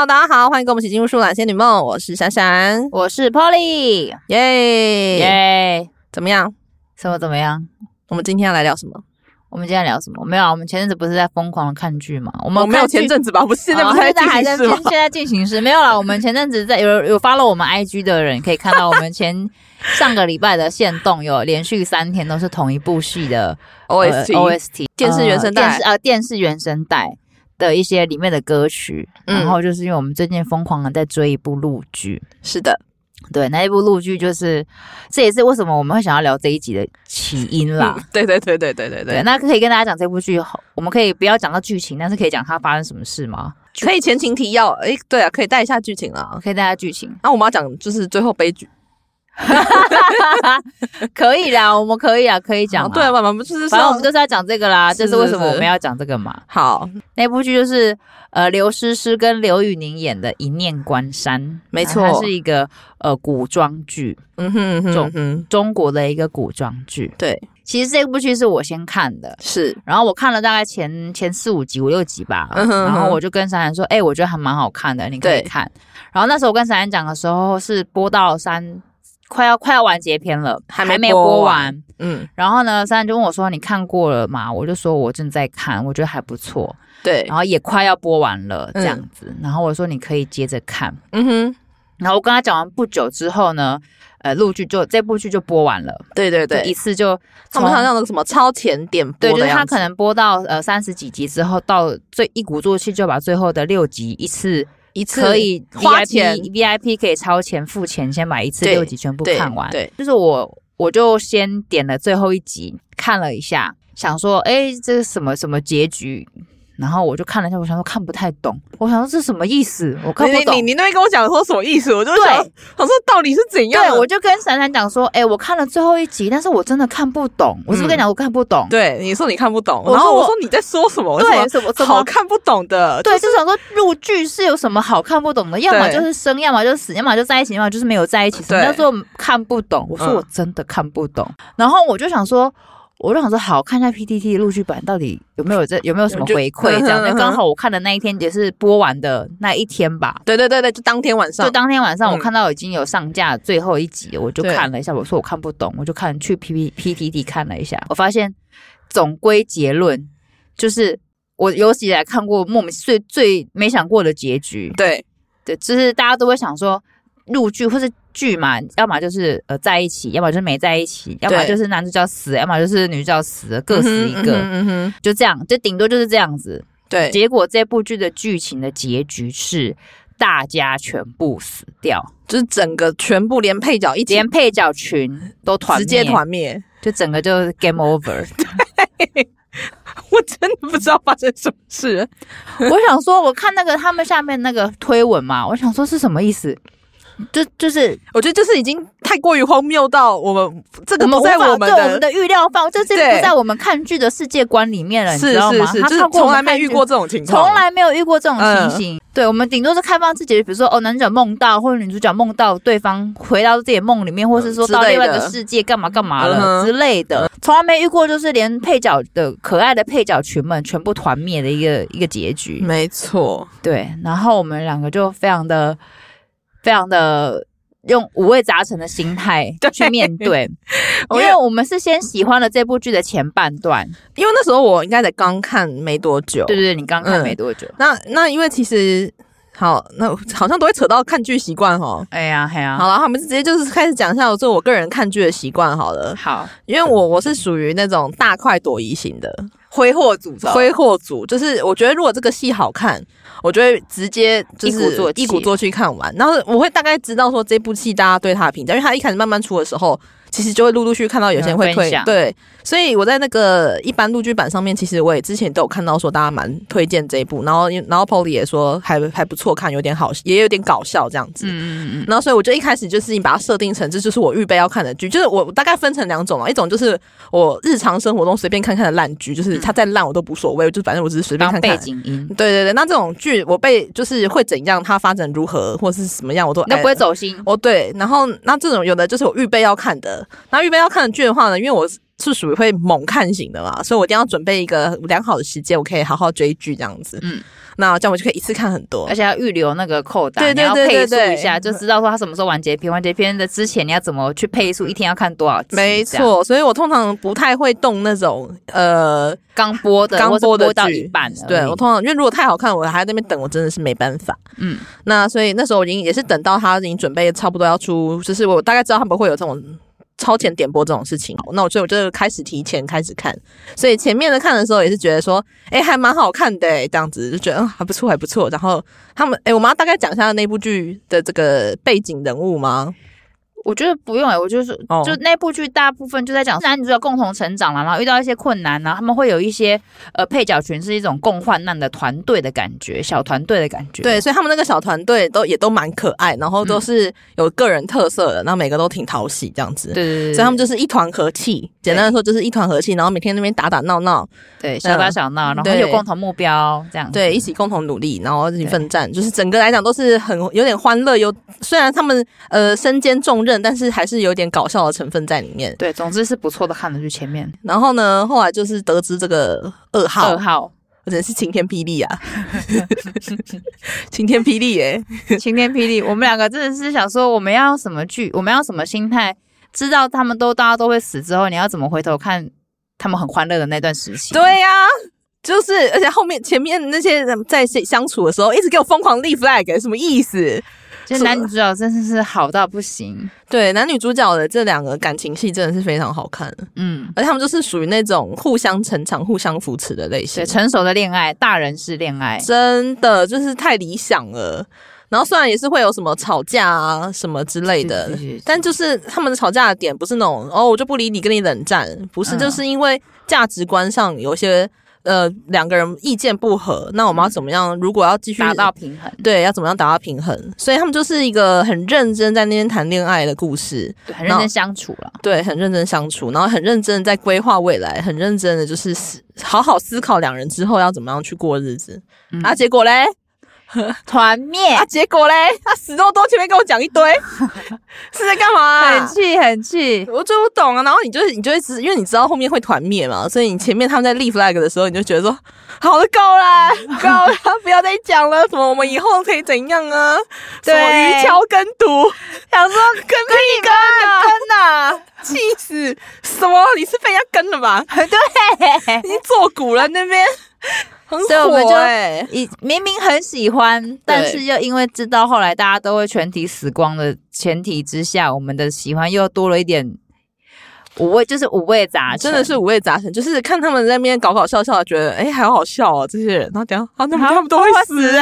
Hello， 大家好，欢迎跟我们一起进入《舒懒仙女梦》，我是闪闪， 我是 Polly， 耶，怎么样？ 什么怎么样？ 我们今天要来聊什么？ 我们今天聊什么？没有啊，我们前阵子不是在疯狂的看剧吗？我没有前阵子吧？不是现在不是在进行式吗？ 现在进行式没有啦。我们前阵子在有follow我们 IG 的人可以看到，我们上个礼拜的限动有连续3天都是同一部戏的 OST 电视原声带电视原声带的一些里面的歌曲。然后就是因为我们最近疯狂的在追一部陆剧， 是的。 对，那一部陆剧就是这也是为什么我们会想要聊这一集的起因啦。 对， 那可以跟大家讲这部剧，我们可以不要讲到剧情，但是可以讲它发生什么事吗？ 可以前情提要，对啊，可以带一下剧情啦， 可以带一下剧情。 那我们要讲就是最后悲剧。 可以啦，我们可以讲啦。 对啊，我们就是反正我们就是要讲这个啦，这是为什么我们要讲这个嘛。 好， 那部剧就是刘诗诗跟刘宇宁演的《一念关山》， 没错， 它是一个古装剧，中国的一个古装剧。 对， 其实这部剧是我先看的， 是， 然后我看了大概前4、5集、5、6集吧，然后我就跟闪闪说，我觉得还蛮好看的，你可以看。然后那时候我跟闪闪讲的时候是播到快要完结篇了，还没播完。然后呢，闪闪就问我说：“你看过了吗？”我就说：“我正在看，我觉得还不错。” 对， 然后也快要播完了，这样子。然后我说：“你可以接着看。”然后我跟他讲完不久之后呢，陆剧这部剧就播完了。对，一次就他们好像那个什么超前点播的样子。 对，就是他可能播到30几集之后，到一鼓作气就把最后的6集一次可以花钱 VIP 可以超前付钱，先把一次6集全部看完。 对， 就是我就先点了最后1集看了一下，想说这是什么结局。然后我就看了一下，我想说看不太懂，我想说这是什么意思，我看不懂。 你那边跟我讲说什么意思，我就想说到底是怎样。 对，我就跟闪闪讲说，我看了最后1集，但是我真的看不懂。我是不是跟你讲我看不懂？ 对，你说你看不懂，然后我说你在说什么？ 对，什么好看不懂的？ 对，就想说陆剧是有什么好看不懂的？要么就是生，要么就是死，要么就在一起，要么就是没有在一起。什么叫做看不懂？我说我真的看不懂。然后我就想说，好看一下 PTT 的陆剧版到底有没有什么回馈这样。那刚好我看的那一天也是播完的那一天吧。对， 就当天晚上， 我看到已经有上架最后1集，我就看了一下。我说我看不懂，我就去 PTT 看了一下，我发现总归结论就是我有史以来看过莫名最没想过的结局。对，就是大家都会想说陆剧或是剧嘛，要么就是在一起，要么就是没在一起，要么就是男主角死，要么就是女主角死了，各死一个，就这样，就顶多就是这样子。对，结果这部剧的剧情的结局是大家全部死掉， 就是整个全部连配角连配角群都直接团灭，就整个就是 game over。 我真的不知道发生什么事。 我想说，我看那个他们下面那个推文嘛，我想说是什么意思？就是我觉得就是已经太过于荒谬到我们这个不在我们的预料范围，这是不在我们看剧的世界观里面了，你知道吗？ 是，就是从来没遇过这种情况， 从来没有遇过这种情形。对，我们顶多是开放自己，比如说男主角梦到或者女主角梦到对方回到自己的梦里面，或是说到另外一个世界干嘛了之类的，从来没遇过就是连配角的可爱的配角群们全部团灭的一个结局。 没错， 对，然后我们两个就非常的用五味杂陈的心态去面对，因为我们是先喜欢了这部剧的前半段， 因为那时候我应该才刚看没多久。 对，你刚看没多久。 那因为其实好，那好像都会扯到看剧习惯齁。 哎呀， 好了，我们直接就是开始讲一下我个人看剧的习惯好了。 好， 因为我是属于那种大快朵颐型的。 挥霍组就是我觉得如果这个戏好看，我就会直接就是一鼓作气看完，然后我会大概知道说这部戏大家对他的评价，因为他一开始慢慢出的时候，其实就会陆陆续看到有些人会推，对，所以我在那个一般陆剧版上面，其实我也之前都有看到说大家蛮推荐这一部，然后 Polly 也说还不错看，有点好，也有点搞笑这样子，然后所以我就一开始就是你把它设定成这就是我预备要看的剧，就是我大概分成2种啊，一种就是我日常生活中随便看的烂剧，就是它再烂我都无所谓，就反正我只是随便看背景音， 对，那这种剧我被就是会怎样，它发展如何或是什么样，我都那不会走心对，然后那这种有的就是我预备要看的。那预备要看的剧的话呢，因为我是属于会猛看型的嘛，所以我一定要准备一个良好的时间，我可以好好追剧这样子。那这样我就可以一次看很多， 而且要预留那个扣打，你要配速一下，就知道说他什么时候完结篇，完结篇的之前你要怎么去配速，一天要看多少集。 没错，所以我通常不太会动那种刚播的播到一半。 对，我通常因为如果太好看，我还在那边等，我真的是没办法。那所以那时候我也是等到他已经准备差不多要出，就是我大概知道他们会有这种超前点播这种事情，那我就开始提前开始看，所以前面的看的时候也是觉得说，还蛮好看的这样子就觉得还不错还不错。然后他们我们要大概讲一下那部剧的这个背景人物吗？ 我觉得不用我就是就那部剧大部分就在讲男女主角共同成长啦，然后遇到一些困难，然后他们会有一些配角群是一种共患难的团队的感觉，小团队的感觉。对， 所以他们那个小团队也都蛮可爱，然后都是有个人特色的，然后每个都挺讨喜这样子。 对， 所以他们就是一团和气，简单的说就是一团和气，然后每天那边打打闹闹， 对，小打小闹，然后有共同目标这样子。 对，一起共同努力，然后一起奋战，就是整个来讲都是有点欢乐，虽然他们身兼重任，但是还是有点搞笑的成分在里面。 对，总之是不错的，看得去前面。 然后呢，后来就是得知这个2号真的是晴天霹雳啊晴天霹雳晴天霹雳。我们两个真的是想说我们要什么剧，我们要什么心态，知道他们大家都会死之后，你要怎么回头看他们很欢乐的那段时期。 对啊，就是而且前面那些人在相处的时候一直给我疯狂立 flag， 什么意思？ 就男女主角真的是好到不行。 对，男女主角的这两个感情戏真的是非常好看。而且他们就是属于那种互相成长互相扶持的类型。 对，成熟的恋爱，大人式恋爱， 真的就是太理想了。然后虽然也是会有什么吵架啊什么之类的，但就是他们的吵架的点不是那种我就不理你跟你冷战，不是，就是因为价值观上有些两个人意见不合，那我们要怎么样？如果要继续达到平衡， 对，要怎么样达到平衡？所以他们就是一个很认真在那边谈恋爱的故事， 对，很认真相处了， 对，很认真相处，然后很认真在规划未来，很认真的就是好好思考两人之后要怎么样去过日子。结果嘞？ 团灭结果嘞，他死那么多，前面跟我讲一堆是在干嘛很气， 我就不懂啊。然后你就会因为你知道后面会团灭嘛，所以你前面他们在立 flag 的时候，你就觉得说好了，够啦不要再讲了，什么我们以后可以怎样啊，什么鱼锹耕读， 想说跟屁跟啊气死，什么你是被人家跟了吧？ 对， 你做古人那边所以我们就明明很喜欢，但是又因为知道后来大家都会全体死光的前提之下，我们的喜欢又多了一点就是五味杂陈， 真的是五味杂陈。就是看他们在那边搞搞笑笑，觉得还好笑哦，这些人。然后等下他们都会死对，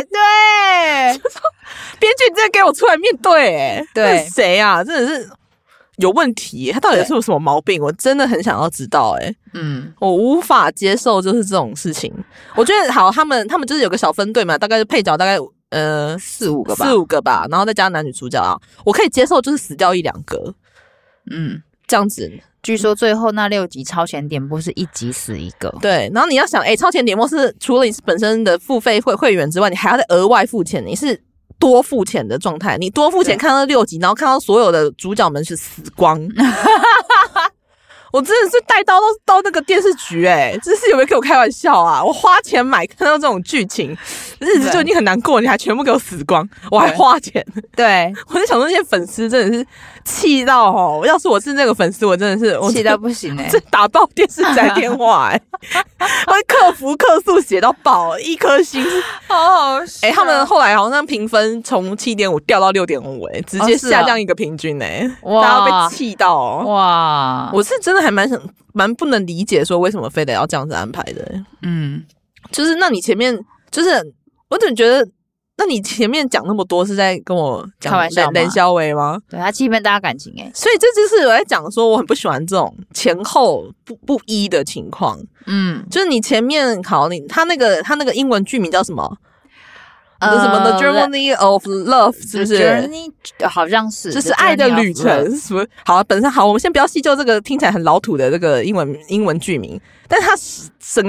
编剧真的给我出来面对对， 谁啊？真的是有问题，他到底是有什么毛病？我真的很想要知道我无法接受就是这种事情。我觉得好，他们就是有个小分队嘛，大概配角大概4-5个吧，然后再加男女主角啊，我可以接受就是死掉1-2个，这样子。 据说最后那6集超前点播是1集死1个， 对。然后你要想，超前点播是除了你本身的付费会员之外，你还要再额外付钱，你是多付钱的状态，你多付钱看到6集，然后看到所有的主角们是死光。我真的是带刀到那个电视局这是有没有给我开玩笑啊？我花钱买看到这种剧情，日子就已经很难过，你还全部给我死光，我还花钱。 对， 我在想说那些粉丝真的是气到要是我是那个粉丝，我真的是气到不行这打爆电视台电话我客服客诉写到爆，1颗星， 好好笑。 他们后来好像评分从7.5掉到6.5直接下降一个平均大家被气到哇！ 我是真的还蛮不能理解说为什么非得要这样子安排的。就是那你前面就是我怎么觉得，那你前面讲那么多是在跟我讲冷笑话吗？ 对，他欺骗大家感情所以这就是我在讲说我很不喜欢这种前后不一的情况。就是你前面好，他那个英文剧名叫什么？什么 The Journey of Love 是不是 ？Journey 好像是， 就是爱的旅程。什么？好，本身好，我们先不要细究这个听起来很老土的这个英文剧名，但它整个就是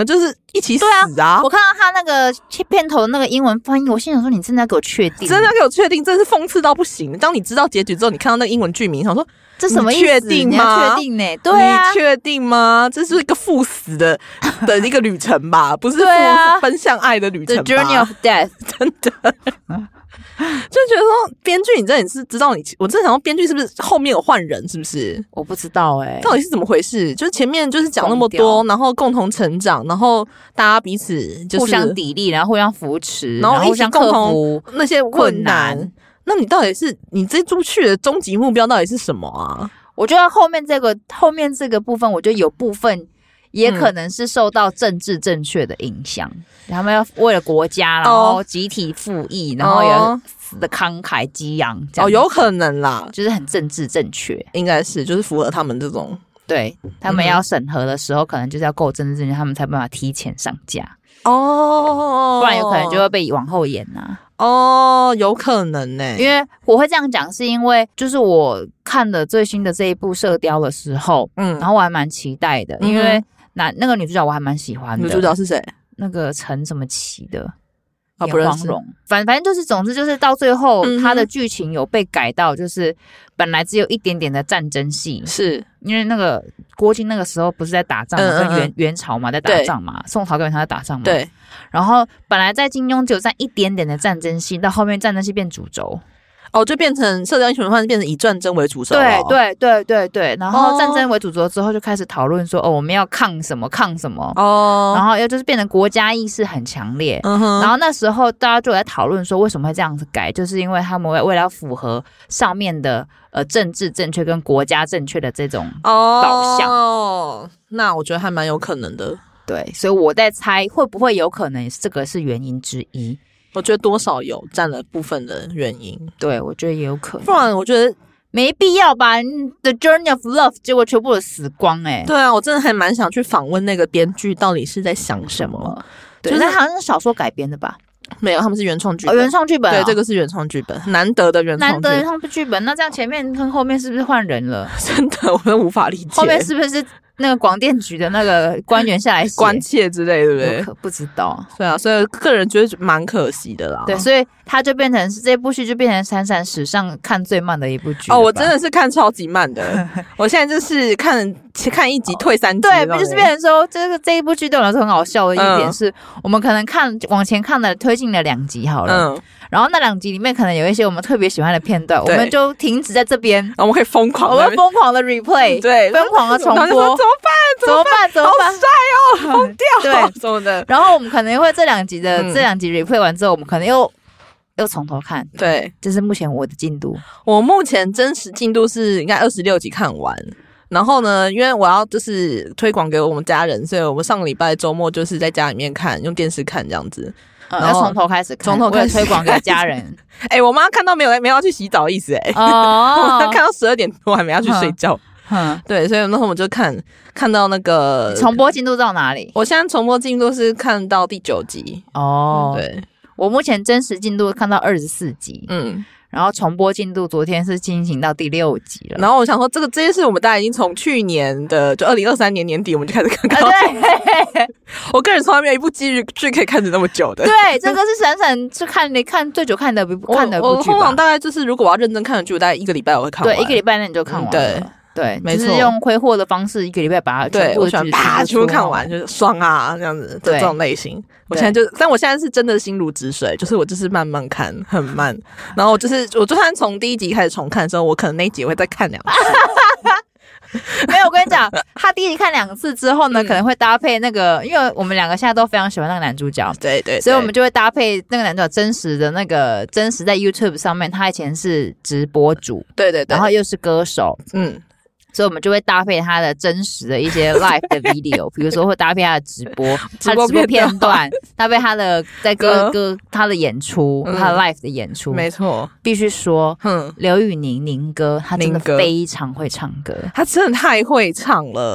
一起死啊！ 我看到他那个片头的那个英文翻译，我心想说：“你真的要给我确定？ 真的要给我确定？真的是讽刺到不行。当你知道结局之后，你看到那个英文剧名，想说这什么意思？ 确定吗？ 确定呢？对啊， 你确定吗？这是一个赴死的一个旅程吧？不是奔向爱的旅程吧 ？The Journey of Death， 真的。”就觉得说编剧，你真的是知道我真的想说编剧是不是后面有换人，是不是？ 我不知道到底是怎么回事？就是前面就是讲那么多，然后共同成长，然后大家彼此就是互相砥砺，然后互相扶持， 然后一起共同那些困难。那你到底是你这出去的终极目标到底是什么啊？ 我觉得后面这个部分，我觉得有部分也可能是受到政治正确的影响，他们要为了国家，然后集体复议，然后也死的慷慨激昂，这样有可能啦， 就是很政治正确， 应该是就是符合他们这种， 对他们要审核的时候，可能就是要够政治正确，他们才办法提前上架不然有可能就会被往后延有可能呢。 因为我会这样讲，是因为就是我看了最新的这一部《射雕》的时候，然后我还蛮期待的，因为那个女主角我还蛮喜欢的。 女主角是谁？ 那个陈什么琪的， 不认识。 反正就是，总之就是到最后，她的剧情有被改到，就是本来只有一点点的战争戏， 是因为那个郭靖那个时候不是在打仗嘛，跟元朝嘛在打仗嘛，宋朝跟元朝在打仗嘛。 对。 然后本来在金庸只有占一点点的战争戏，到后面战争戏变主轴。 就变成《射雕英雄传》变成以战争为主轴。 对，然后战争为主轴之后，就开始讨论说，我们要抗什么，然后又就是变成国家意识很强烈。然后那时候大家就在讨论说，为什么会这样子改，就是因为他们为了要符合上面的政治正确跟国家正确的这种导向。 那我觉得还蛮有可能的。 对，所以我在猜会不会有可能这个是原因之一。 我觉得多少有占了部分的原因， 对，我觉得也有可能。 不然我觉得没必要吧。The Journey of Love 结果全部都死光对啊，我真的还蛮想去访问那个编剧到底是在想什么。 对，那好像是小说改编的吧？ 没有，他们是原创剧本。 原创剧本对，这个是原创剧本，难得的原创剧本。那这样前面跟后面是不是换人了？ 真的，我都无法理解。 后面是不是那个广电局的那个官员下来关切之类，对不对？ 不知道。 对啊，所以个人觉得蛮可惜的啦。 对，所以它就变成是这部剧就变成闪闪史上看最慢的一部剧。 我真的是看超级慢的。我现在就是看一集退3集。 对，就是变成说这一部剧对我来说很好笑的一点是，我们可能往前看了推进了2集好了。然后那2集里面可能有一些我们特别喜欢的片段，我们就停止在这边， 我们可以疯狂的 replay， 对，疯狂的重播，怎么办？ 好帅疯掉， 对， 什么的。 然后我们可能会这2集 replay 完之后，我们可能又从头看。 对， 这是目前我的进度。 我目前真实进度是应该26集看完。然后呢，因为我要就是推广给我们家人，所以我们上个礼拜周末就是在家里面看，用电视看这样子。 要从头开始看，推广给家人。 我妈看到没有要去洗澡的意思我妈看到12点多还没要去睡觉。对，所以那时候我们就看到那个重播进度到哪里？ 我现在重播进度是看到第9集。对， 我目前真实进度看到24集。然后重播进度昨天是进行到第6集了。 然后我想说，这件事我们大家已经从去年的就2023年年底我们就开始看。 对， 我个人从来没有一部剧可以看着那么久的。 对，这个是闪闪是看最久看的部剧吧。 我通常大概就是如果我要认真看的剧，我大概1个礼拜我会看完。 对，1个礼拜内你就看完了。对， 没错， 就是用挥霍的方式，1个礼拜把它全部看完，就是爽这样子的这种类型。我现在但我现在是真的心如止水，就是我就是慢慢看，很慢。然后我就算从第1集开始重看的时候，我可能那一集会再看2次。 没有，我跟你讲，他第1集看2次之后呢，可能会搭配那个，因为我们2个现在都非常喜欢那个男主角， 对， 所以我们就会搭配那个男主角真实在 YouTube 上面，他以前是直播主， 对， 然后又是歌手，所以我们就会搭配他的真实的一些 live 的 video， 比如说会搭配他的直播片段，搭配他的在歌他的演出，他的 live 的演出。 没错， 必须说，刘宇宁宁哥他真的非常会唱歌， 他真的太会唱了。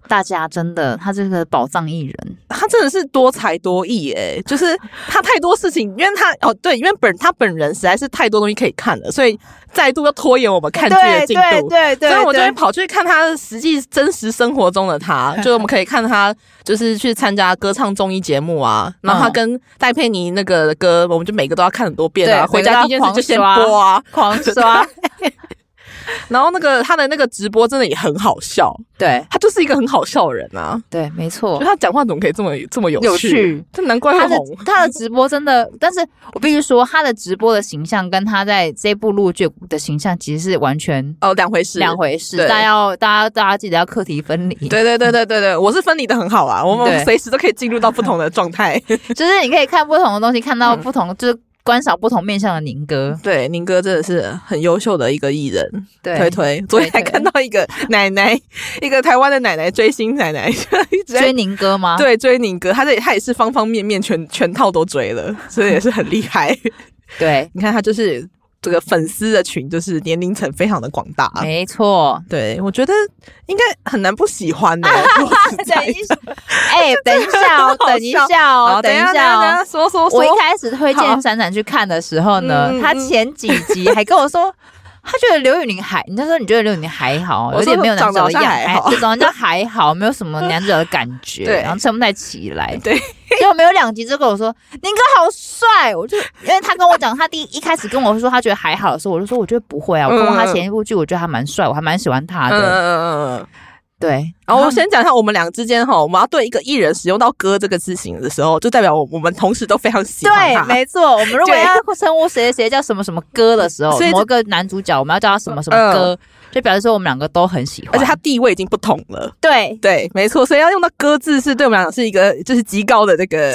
大家真的，他这个宝藏艺人， 他真的是多才多艺就是他太多事情，因为他因为他本人实在是太多东西可以看了，所以再度要拖延我们看剧的进度。 对， 所以我就会跑去看他实际真实生活中的他，就我们可以看他就是去参加歌唱综艺节目啊，然后他跟戴佩妮那个歌，我们就每个都要看很多遍啊，回家第一件事就先播啊， 狂刷。 然后他的那个直播真的也很好笑， 对， 他就是一个很好笑的人啊， 对，没错， 就他讲话怎么可以这么有趣，这难怪会红。 他的直播真的，但是我必须说，他的直播的形象跟他在这部陆剧的形象其实是完全两回事， 大家记得要课题分离。 对，我是分离的很好啊，我们随时都可以进入到不同的状态， 就是你可以看不同的东西，看到不同就是观赏不同面向的宁哥。 对，宁哥真的是很优秀的一个艺人。 对， 推。昨天还看到一个奶奶，一个台湾的奶奶追星奶奶， 追宁哥吗？ 对，追宁哥，他也是方方面面全套都追了，所以也是很厉害。 对， 你看他就是这个粉丝的群，就是年龄层非常的广大。 没错， 对，我觉得应该很难不喜欢的。 等一下，等一下， 说。 我一开始推荐闪闪去看的时候呢，他前几集还跟我说，他觉得刘宇宁你就说你觉得刘宇宁还好，有点没有男主的样，长得还好，没有什么男主的感觉， 对， 然后撑不太起来， 对。 结果没有2集就跟我说宁哥好帅，我就因为他跟我讲，他一开始跟我说他觉得还好的时候，我就说我觉得不会啊，我看过他前一部剧，我觉得他蛮帅，我还蛮喜欢他的。对， 然后我先讲一下我们两个之间我们要对一个艺人使用到歌这个字形的时候，就代表我们同时都非常喜欢他。 对，没错，我们如果要称呼谁叫什么什么歌的时候，某一个男主角我们要叫他什么什么歌，就表示说我们两个都很喜欢， 而且他地位已经不同了。 对， 没错，所以要用到歌字是对我们来讲是一个就是极高的那个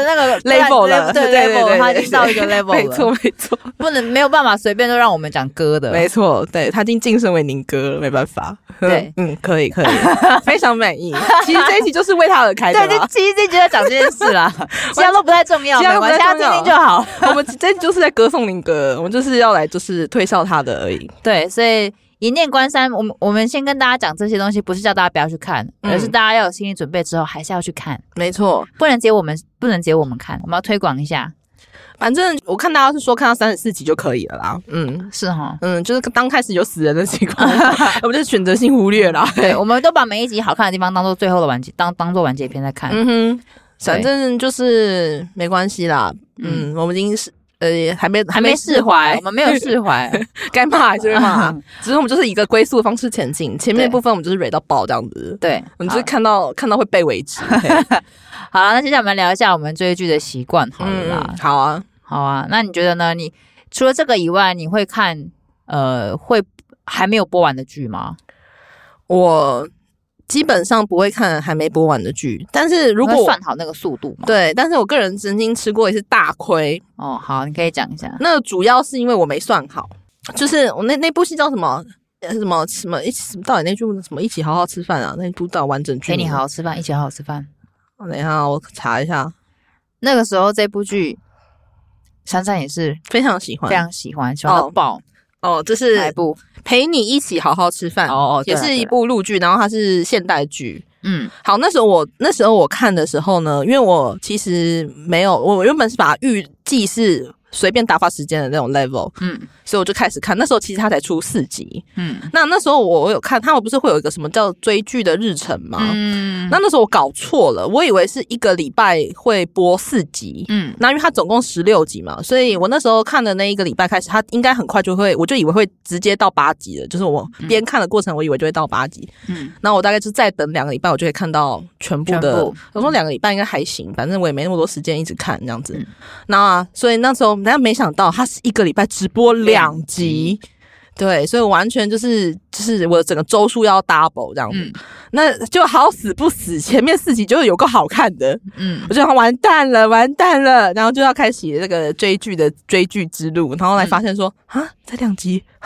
level 了， 对 level， 他已经到一个 level 了， 没错， 没有办法随便都让我们讲歌的， 没错，对，他已经晋升为宁歌了，没办法。 对， 可以，非常满意。其实这一集就是为他而开的啦。 对，其实这一集在讲这件事啦，其他都不太重要，没关系，大家听听就好。 我们这一集就是在歌颂宁哥，我们就是要来就是推销他的而已。 对，所以一念关山，我们先跟大家讲这些东西，不是叫大家不要去看，而是大家要有心理准备之后还是要去看。 没错， 不能只我们看，我们要推广一下。 反正我看大家是说看到34集就可以了啦， 是齁， 就是刚开始有死人的情况，我们就选择性忽略啦。 对，我们都把每一集好看的地方当做最后的完结，当做完结篇在看。 反正就是没关系啦。我们已经是还没释怀， 我们没有释怀， 该骂还是会骂，只是我们就是以一个龟速的方式前进，前面的部分我们就是蕊到爆这样子。 对， 我们就是看到会背为止。 好了，那接下来我们聊一下我们追剧的习惯好了啦。 好啊， 那你觉得呢？你除了这个以外，你会看会还没有播完的剧吗？ 我基本上不会看还没播完的剧，但是如果算好那个速度嘛， 对，但是我个人曾经吃过一次大亏哦。好，你可以讲一下。 那主要是因为我没算好，就是我那部戏叫什么到底那句什么一起好好吃饭啊？那部到完整剧， 陪你好好吃饭，一起好好吃饭。 等一下，我查一下。 那个时候这部剧，珊珊也是非常喜欢到爆哦。这是哪一部？ 陪你一起好好吃饭也是一部陆剧，然后它是现代剧。好，那时候我看的时候呢，因为我其实没有，我原本是把预计是随便打发时间的那种 level， 所以我就开始看。那时候其实他才出4集，那时候我有看，他们不是会有一个什么叫追剧的日程吗？那时候我搞错了，我以为是1个礼拜会播4集，那因为他总共16集嘛，所以我那时候看的那1个礼拜开始，他应该很快就会，我就以为会直接到8集了，就是我边看的过程，我以为就会到8集，然后我大概就再等2个礼拜，我就可以看到全部的。我说2个礼拜应该还行，反正我也没那么多时间一直看这样子。那所以那时候，但没想到他是1个礼拜直播2集。对，所以完全就是我的整个周数要 double 这样子，那就好死不死，前面4集就有个好看的，我就想完蛋了，然后就要开启这个追剧之路，然后来发现说才2集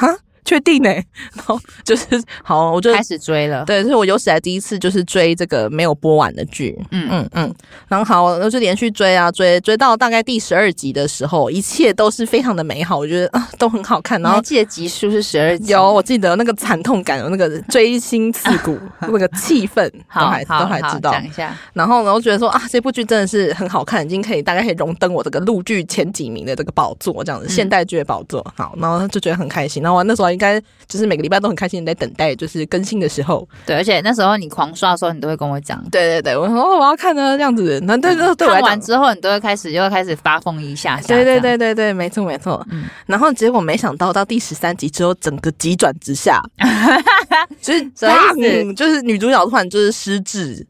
确定呢、然后就是好，我就开始追了。 对，所以我有史来第一次就是追这个没有播完的剧。然后好，我就连续追啊追到大概第12集的时候，一切都是非常的美好，我觉得都很好看。然后记得集数是12集， 有我记得那个惨痛感，有那个锥心刺骨那个气氛都还知道。 讲一下。 然后觉得说这部剧真的是很好看，已经大概可以荣登我这个陆剧前几名的这个宝座，这样子现代剧的宝座。好，然后就觉得很开心。然后我那时候应该就是每个礼拜都很开心的在等待就是更新的时候。 对，而且那时候你狂刷的时候，你都会跟我讲。 对，我说我要看呢这样子。那对我来讲， 看完之后你都会开始发疯一下。 对，没错。然后结果没想到到第13集之后，整个急转直下，就是就是女主角突然就是失智。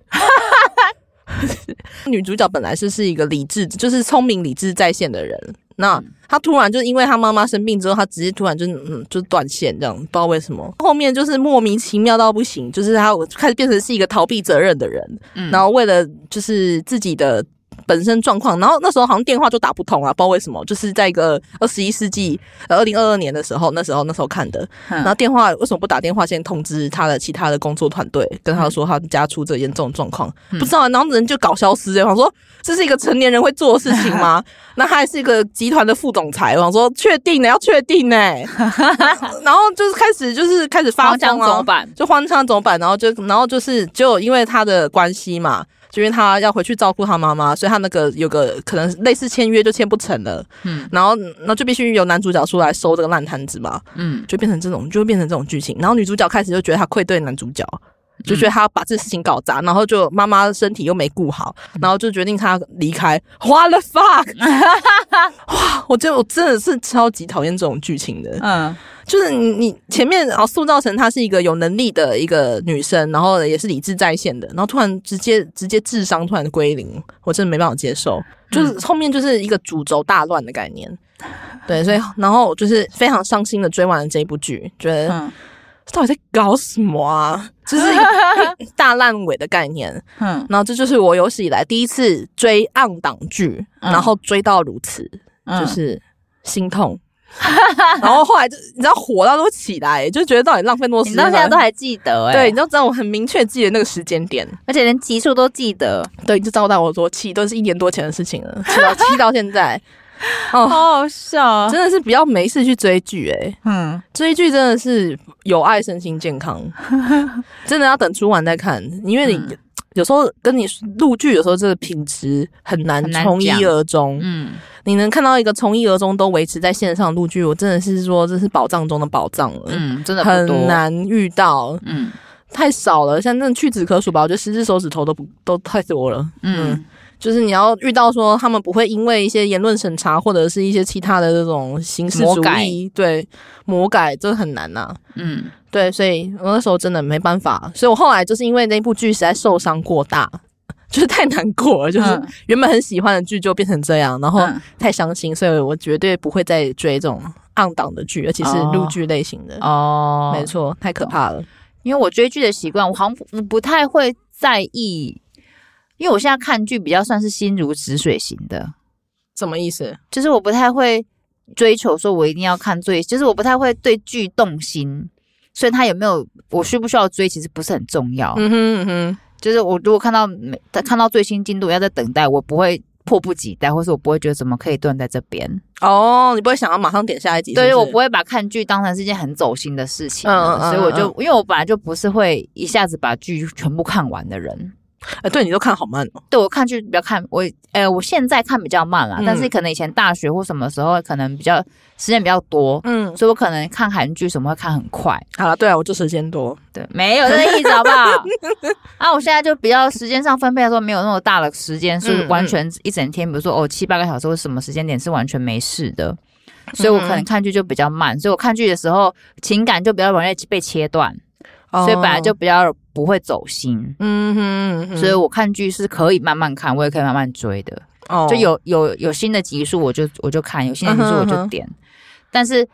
女主角本来是一个理智，就是聪明理智在线的人，那她突然就因为她妈妈生病之后，她直接突然就断线这样，不知道为什么。后面就是莫名其妙到不行，就是她开始变成是一个逃避责任的人，然后为了就是自己的本身状况，然后那时候好像电话就打不通啊，不知道为什么，就是在一个21世纪2022年的时候，那时候看的，然后电话为什么不打电话先通知他的其他的工作团队，跟他说他家出这严重的状况，不知道，然后人就搞消失，我想说这是一个成年人会做的事情吗？那他还是一个集团的副总裁，我想说确定呢，要确定呢，然后就是开始发疯啊， 荒腔走板， 就荒腔走板，然后就是就因为他的关系嘛。就因为他要回去照顾他妈妈，所以他那个有个可能类似签约就签不成了，然后就必须由男主角出来收这个烂摊子嘛，就会变成这种剧情。然后女主角开始就觉得他愧对男主角，就觉得他把这事情搞砸，然后就妈妈身体又没顾好，然后就决定他离开。What the fuck！ 哇，我真的是超级讨厌这种剧情的。就是你前面塑造成她是一个有能力的一个女生，然后也是理智在线的，然后突然直接智商突然归零，我真的没办法接受。就是后面就是一个主轴大乱的概念。对，所以然后我就是非常伤心的追完了这一部剧，觉得到底在搞什么啊？就是一个大烂尾的概念。然后这就是我有史以来第一次追on档剧，然后追到如此，就是心痛。然后后来就你知道火到都起来，就觉得到底浪费多少时间， 你到现在都还记得对，你就知道我很明确记得那个时间点， 而且连集数都记得。 对，你就知道我说气都是1年多前的事情了，气到现在。 好好笑， 真的是不要没事去追剧追剧真的是有碍身心健康，真的要等出完再看，因为你有时候跟你录剧，有时候这个品质很难从一而终。你能看到一个从一而终都维持在线上录剧，我真的是说这是宝藏中的宝藏了。 真的不多， 很难遇到。太少了，像那种屈指可数吧，我觉得10只手指头都太多了。就是你要遇到说他们不会因为一些言论审查或者是一些其他的这种形式主义魔改，这很难啊。对，所以我那时候真的没办法，所以我后来就是因为那部剧实在受伤过大，就是太难过了，就是原本很喜欢的剧就变成这样，然后太伤心，所以我绝对不会再追这种on档的剧，而且是陆剧类型的。没错，太可怕了。 因为我追剧的习惯，我好像不太会在意。因为我现在看剧比较算是心如止水型的。 什么意思？ 就是我不太会追求说我一定要看就是我不太会对剧动心，所以他有没有我需不需要追其实不是很重要。就是我如果看到最新进度要在等待，我不会迫不及待，或是我不会觉得怎么可以断在这边。 你不会想要马上点下一集是不是？ 对，我不会把看剧当成是一件很走心的事情。所以我就因为我本来就不是会一下子把剧全部看完的人。 对，你都看好慢哦。 对，我看剧比较看我现在看比较慢啦，但是可能以前大学或什么时候可能比较时间比较多，所以我可能看韩剧什么会看很快。 好了，对啊，我就时间多。 对，没有这个意思好不好？我现在就比较时间上分配的时候没有那么大的时间，是完全一整天，比如说7-8个小时或什么时间点是完全没事的，所以我可能看剧就比较慢，所以我看剧的时候情感就比较容易被切断。所以本来就比较不会走心。所以我看剧是可以慢慢看，我也可以慢慢追的。就有新的集数我就看，有新的集数我就点。但是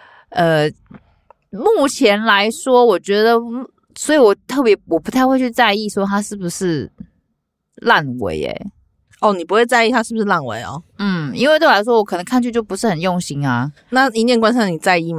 目前来说我觉得，所以我不太会去在意说它是不是烂尾你不会在意它是不是烂尾哦？ 因为对我来说我可能看剧就不是很用心啊。 那一念关山你在意吗？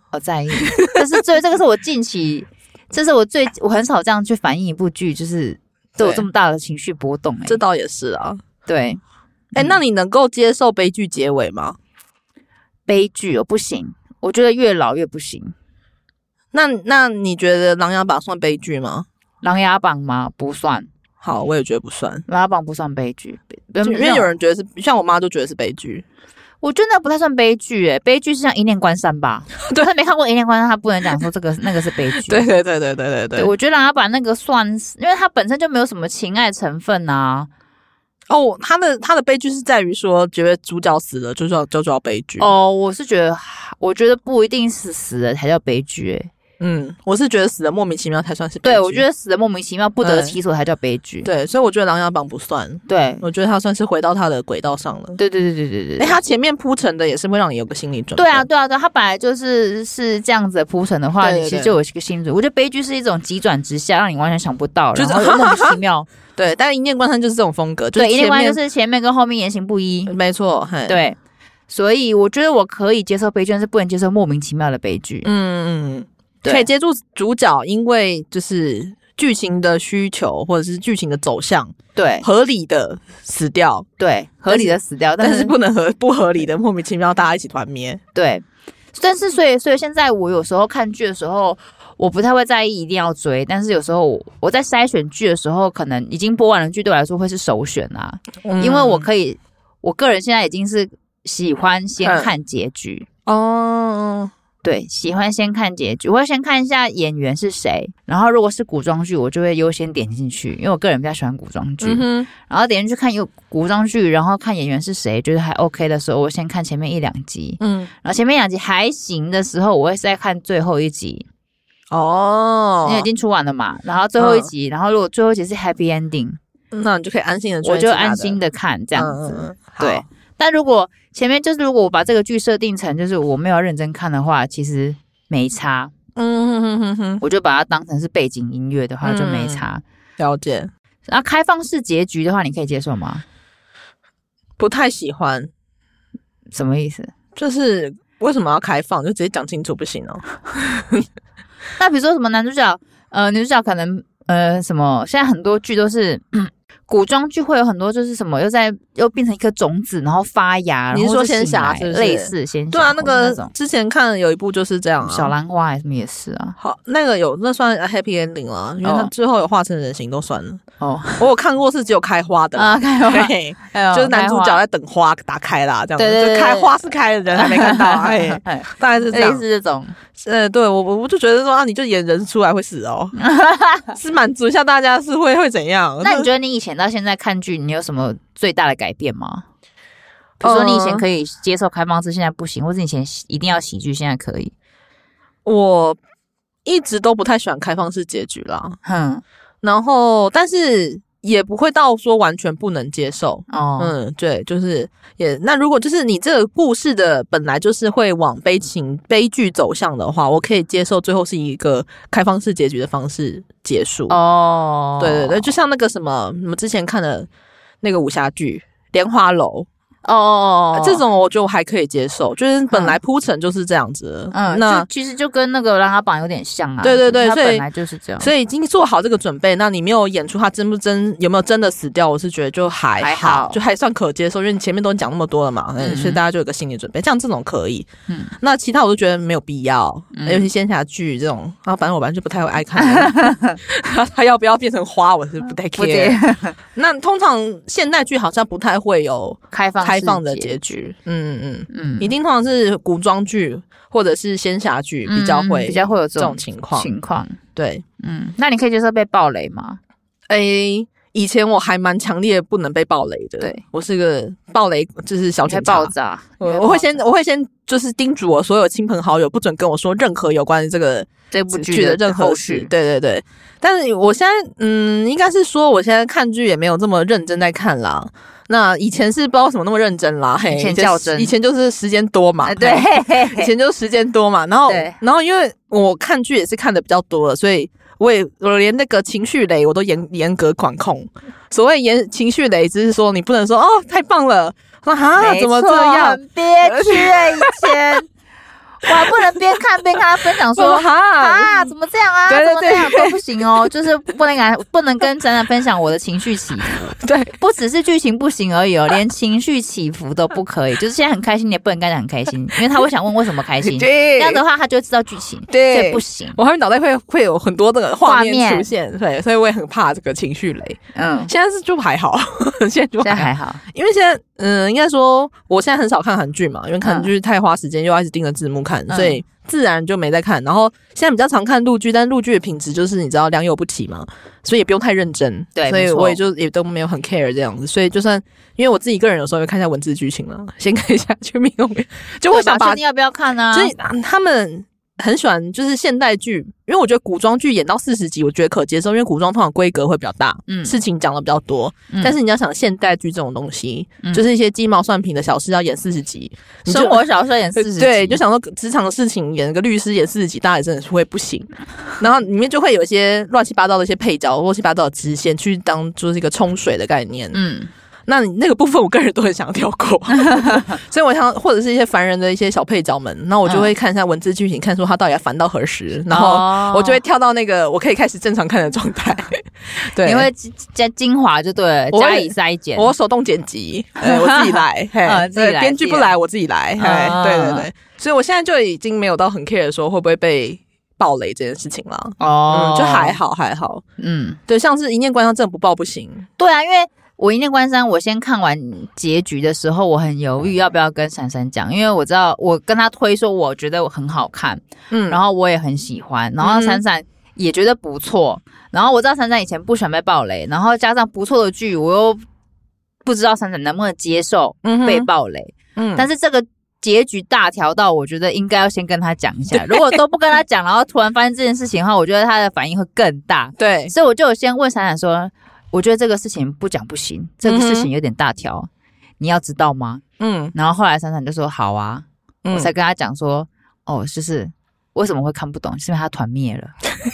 在意。这个是我近期，我很少这样去反映一部剧，就是都有这么大的情绪波动。 这倒也是啊。 对， 那你能够接受悲剧结尾吗？ 悲剧不行，我觉得越老越不行。 那你觉得《琅琊榜》算悲剧吗？ 《琅琊榜》吗？不算。 好，我也觉得不算。 琅琊榜不算悲剧， 因为有人觉得是，像我妈就觉得是悲剧。 我觉得那不太算悲剧悲剧是像《一念关山》吧？对，他没看过《一念关山》，他不能讲说那个是悲剧。 对， 我觉得《琅琊榜》那个算是，因为它本身就没有什么情爱成分啊。 哦，他的悲剧是在于说，觉得主角死了就叫悲剧。 哦，我觉得不一定是死了才叫悲剧我是觉得死的莫名其妙才算是悲剧。 对，我觉得死的莫名其妙不得其所才叫悲剧。 对，所以我觉得《琅琊榜》不算。对，我觉得他算是回到他的轨道上了。 对。 他前面铺陈的也是会让你有个心理准备。 对啊，他本来就是这样子的铺陈的话，你其实就有一个心理准备。我觉得悲剧是一种急转直下，让你完全想不到，然后莫名其妙。 对，但是《一念关山》就是这种风格， 对，《一念关山》就是前面跟后面言行不一。 没错， 对。所以我觉得我可以接受悲剧，但是不能接受莫名其妙的悲剧。 可以接住主角，因为就是剧情的需求或者是剧情的走向， 对， 合理的死掉， 对，合理的死掉， 但是不能不合理的莫名其妙大家一起团灭， 对。但是所以现在我有时候看剧的时候，我不太会在意一定要追，但是有时候我在筛选剧的时候，可能已经播完的剧对我来说会是首选啊，因为我个人现在已经是喜欢先看结局哦。对，喜欢先看结局，我会先看一下演员是谁，然后如果是古装剧，我就会优先点进去，因为我个人比较喜欢古装剧。然后点进去看有古装剧，然后看演员是谁，觉得还 OK 的时候，我先看前面1-2集。然后前面2集还行的时候，我会再看最后1集。因为已经出完了嘛。然后最后1集，然后如果最后1集是 happy ending， 那你就可以安心的追， 我就安心的看这样子。对。但如果前面如果我把这个剧设定成就是我没有认真看的话，其实没差。我就把它当成是背景音乐的话就没差。 了解。 然后开放式结局的话，你可以接受吗？ 不太喜欢。 什么意思？ 就是为什么要开放？就直接讲清楚不行哦。 那比如说什么男主角女主角可能什么，现在很多剧都是古装剧会有很多就是什么又变成一颗种子，然后发芽。 你是说仙侠是不是？ 类似仙侠。 对啊，那个之前看有一部就是这样啊， 小兰花还是什么也是啊。 好，那个那算 happy ending 了，因为它最后有化成人形都算了。我有看过是只有开花的啊，开花， 就是男主角在等花打开啦，这样子。就开花是开的人还没看到，大概是这样。 类似这种。 对，我就觉得说你就演人出来会死哦，是满足一下大家是会怎样？ 那你觉得你以前到现在看剧，你有什么最大的改变吗？比如说你以前可以接受开放式，现在不行，或是以前一定要喜剧，现在可以？我一直都不太喜欢开放式结局啦，然后但是也不会到说完全不能接受对，就是那如果就是你这个故事的本来就是会往悲剧走向的话，我可以接受最后是一个开放式结局的方式结束对，就像那个什么我们之前看的那个武侠剧《莲花楼》这种我就还可以接受，就是本来铺陈就是这样子那其实就跟那个《琅琊榜》有点像啊。 对， 它本来就是这样， 所以已经做好这个准备，那你没有演出他有没有真的死掉，我是觉得就还好，就还算可接受，因为你前面都讲那么多了嘛，所以大家就有个心理准备，像这种可以那其他我就觉得没有必要，尤其仙侠剧这种反正我本来就不太会爱看他要不要变成花我是不太 care 那通常现代剧好像不太会有开放的结局，一定通常是古装剧或者是仙侠剧比较会有这种情况。对， 那你可以接受被爆雷吗？ 以前我还蛮强烈不能被爆雷的，对，我是个爆雷就是小警察， 爆炸。 我会先就是叮嘱我所有亲朋好友不准跟我说任何有关于这部剧的任何事。对，但是我现在应该是说我现在看剧也没有这么认真在看啦。那以前是不知道为什么那么认真啦， 以前较真， 以前就是时间多嘛， 对， 以前就是时间多嘛，然后因为我看剧也是看的比较多了，所以我连那个情绪雷我都严格管控。所谓情绪雷，只是说你不能说太棒了，说怎么这样， 很憋屈以前我还不能边看边跟他分享说啊怎么这样啊， 对对对， 怎么这样都不行哦，就是不能跟展览分享我的情绪起伏。 对， 不只是剧情不行而已哦，连情绪起伏都不可以。就是现在很开心，你也不能跟他很开心，因为他会想问为什么开心。 对， 这样的话他就会知道剧情， 对， 所以不行。 我后面脑袋会有很多这个画面出现，对，所以我也很怕这个情绪雷。现在是就还好，现在还好，因为现在应该说我现在很少看韩剧嘛，因为看韩剧太花时间，又要一直盯着字幕看，所以自然就没在看。然后现在比较常看陆剧，但是陆剧的品质就是你知道良莠不齐嘛，所以也不用太认真。对，所以我也都没有很 care 这样子。所以就算因为我自己个人有时候会看一下文字剧情了，先看一下《全民公园》，就我想把你要不要看啊？ 所以他们很喜欢就是现代剧，因为我觉得古装剧演到40集我觉得可接受，因为古装通常规格会比较大，事情讲的比较多，但是你要想现代剧这种东西，就是一些鸡毛蒜皮的小事要演40集， 生活小事演40集， 对，就想说职场的事情演个律师演40集，大家也真的是会不行。然后里面就会有一些乱七八糟的一些配角，乱七八糟的支线去当就是一个冲水的概念，那你那个部分我个人都很想跳过所以我想或者是一些烦人的一些小配角们，那我就会看一下文字剧情，看说他到底要烦到何时，然后我就会跳到那个我可以开始正常看的状态对， 你会加精华就对了，加以筛减， 我手动剪辑我自己来自己来，编剧不来我自己来对对对，所以我现在就已经没有到很 care 说会不会被爆雷这件事情了就还好对，像是一念关上真的不爆不行。 对啊，因为我一念关山，我先看完结局的时候，我很犹豫要不要跟珊珊讲，因为我知道我跟他推说我觉得我很好看，然后我也很喜欢，然后珊珊也觉得不错，然后我知道珊珊以前不喜欢被爆雷，然后加上不错的剧，我又不知道珊珊能不能接受被爆雷，但是这个结局大条到我觉得应该要先跟他讲一下，如果都不跟他讲，然后突然发现这件事情的话，我觉得他的反应会更大， 对， 所以我就有先问珊珊说，我觉得这个事情不讲不行，这个事情有点大条，你要知道吗？然后后来珊珊就说好啊，我才跟他讲说，就是为什么会看不懂，是因为他团灭了。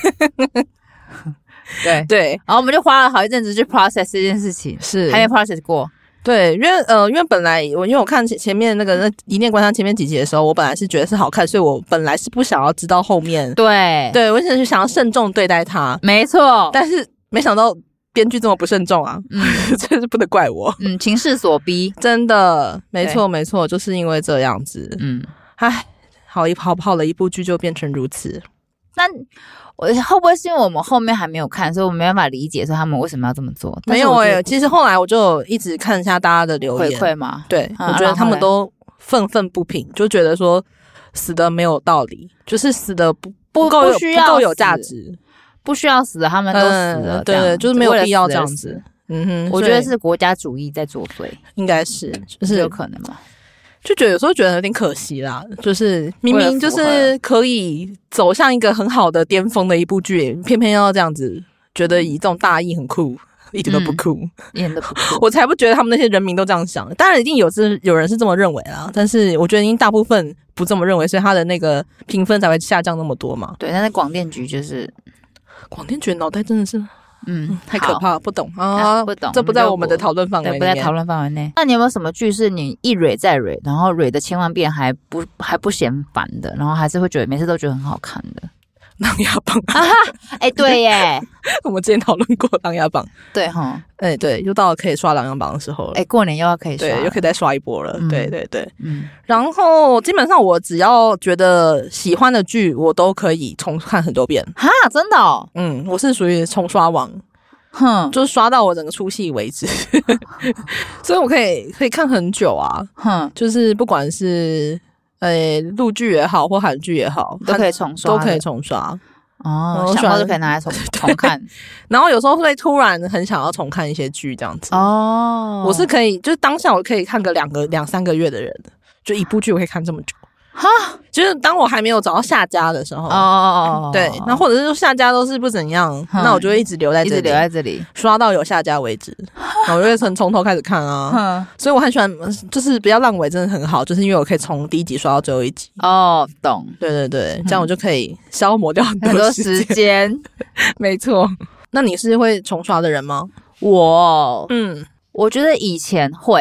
对对，然后我们就花了好一阵子去 process 这件事情，是还没 process 过。 对，因为本来因为我看前面那一念关山前面几集的时候，我本来是觉得是好看，所以我本来是不想要知道后面。对，我是想要慎重对待它， 没错。但是没想到编剧这么不慎重啊，真是不能怪我。 情势所逼， 真的，没错，就是因为这样子。好了一部剧就变成如此。 那会不会是因为我们后面还没有看，所以我没办法理解说他们为什么要这么做？ 没有其实后来我就一直看一下大家的留言回馈嘛。 对，我觉得他们都愤愤不平，就觉得说死的没有道理，就是死的不够有价值， 不需要死的他们都死了， 对，就是没有必要这样子。 我觉得是国家主义在作祟， 应该是就是有可能嘛。 就觉得有时候觉得有点可惜啦，就是明明就是可以走向一个很好的巅峰的一部剧，偏偏要这样子，觉得以这种大义很酷，一点都不酷， 一点都不酷。 我才不觉得他们那些人民都这样想，当然一定有人是这么认为啦，但是我觉得已经大部分不这么认为，所以他的那个评分才会下降那么多嘛。 对，但是广电局就是广电局脑袋真的是。太可怕了，不懂啊，不懂，这不在我们的讨论范围内， 不在讨论范围内。那你有没有什么剧是你一蕊再蕊，然后蕊的千万遍还不嫌烦的，然后还是会觉得每次都觉得很好看的？ 琅琊榜对耶， 我们之前讨论过琅琊榜， 对齁， 对，又到了可以刷琅琊榜的时候了， 过年又要可以刷， 对，又可以再刷一波了，对，然后基本上我只要觉得喜欢的剧，我都可以重看很多遍， 哈，真的哦， 我是属于重刷王，就是刷到我整个出戏为止，所以我可以看很久啊，就是不管是。陆剧也好或韩剧也好都可以重刷，想到就可以拿来重看然后有时候会突然很想要重看一些剧这样子我是可以就是当下我可以看个两三个月的人，就一部剧我可以看这么久哈，就是当我还没有找到下家的时候对，那或者是说下家都是不怎样，那我就会一直留在这里刷到有下家为止，我就会从头开始看啊所以我很喜欢就是不要烂尾真的很好，就是因为我可以从第一集刷到最后一集懂， 对，这样我就可以消磨掉很多时间没错。那你是会重刷的人吗？ 我觉得以前会，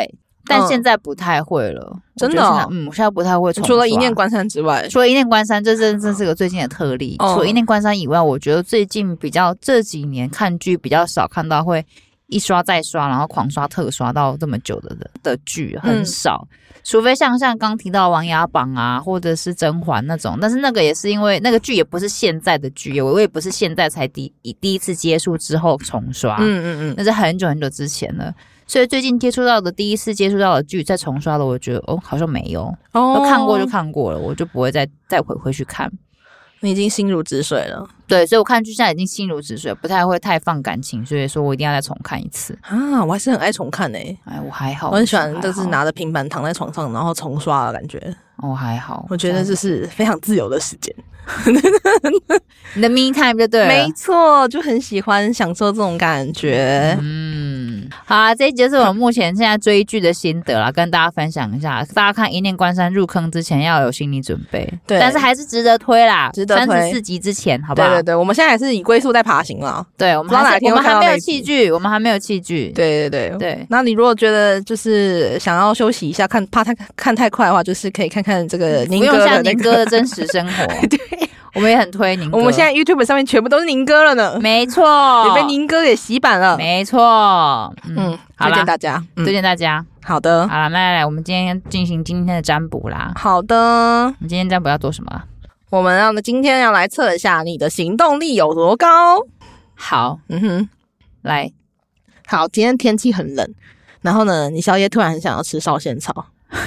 但现在不太会了， 真的哦。 我现在不太会重刷。 除了一念关山之外， 除了一念关山，这真是个最近的特例。除了一念关山以外，我觉得最近这几年看剧比较少看到会一刷再刷，然后狂刷特刷到这么久的剧很少。除非像刚提到《琅琊榜》啊，或者是《甄嬛》那种，但是那个也是因为那个剧也不是现在的剧，我也不是现在才第一次接触之后重刷，那是很久很久之前了。所以最近第一次接触到的剧再重刷的，我觉得好像没有，都看过就看过了，我就不会再回去看。 你已经心如止水了。 对，所以我看剧现在已经心如止水，不太会太放感情，所以说我一定要再重看一次啊！我还是很爱重看我还好， 我很喜欢就是拿着平板躺在床上然后重刷的感觉。 还好， 我觉得这是非常自由的时间。 你的 me time 就对了， 没错，就很喜欢享受这种感觉。 好啦，这一集是我目前现在追剧的心得啦，跟大家分享一下。大家看一念关山入坑之前要有心理准备，对，但是还是值得推啦，值得推。34集之前，好不好？ 对，我们现在还是以龟速在爬行啦。对，我们还没有器具，对。 那你如果觉得就是想要休息一下，怕看太快的话，就是可以看看这个宁哥的宁哥的真实生活。对。我们也很推宁哥， 我们现在 YouTube 上面全部都是宁哥了呢。 没错， 也被宁哥给洗版了。 没错， 推荐大家， 推荐大家。 好的， 好了，来，我们今天进行今天的占卜啦。 好的， 我们今天占卜要做什么？ 我们今天要来测一下你的行动力有多高。 好，来， 好，今天天气很冷，然后呢，你宵夜突然很想要吃烧仙草。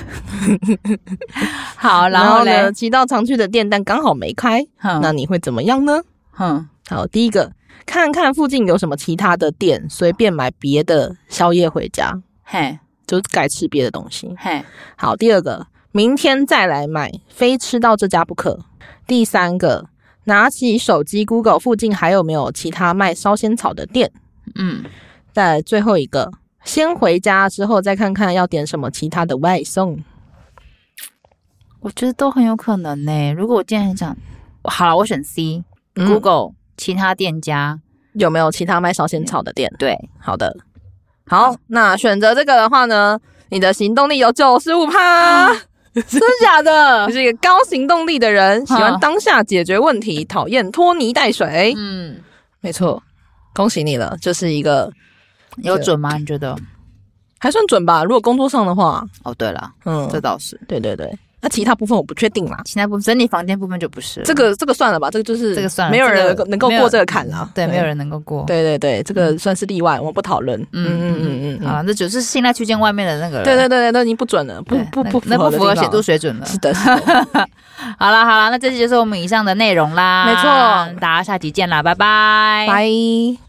好， 然后呢，骑到常去的店但刚好没开，那你会怎么样呢？好，第一个，看看附近有什么其他的店，随便买别的宵夜回家，就改吃别的东西。好，第二个，明天再来买，非吃到这家不可。第三个，拿起手机 Google 附近还有没有其他卖烧仙草的店。再来最后一个，先回家之后再看看要点什么其他的外送。 我觉得都很有可能呢。如果我今天讲好了，我选 C， Google 其他店家有没有其他卖烧仙草的店。 对， 好的。好，那选择这个的话呢，你的行动力有 95%。 真的假的？ 你是一个高行动力的人，喜欢当下解决问题，讨厌拖泥带水。没错，恭喜你了，就是一个有准吗？你觉得还算准吧？如果工作上的话， 对了，这倒是， 对。那其他部分我不确定啦， 其他部分整理房间部分就不是了。 这个算了吧，这个算了，没有人能够过这个坎啦。 对，没有人能够过。 对，这个算是例外，我们不讨论。 好，这就是信赖区间外面的那个。 对，都已经不准了，不符合显著水准了。 是的。 好啦，那这期就是我们以上的内容啦。 没错， 大家下期见啦，拜拜。 拜。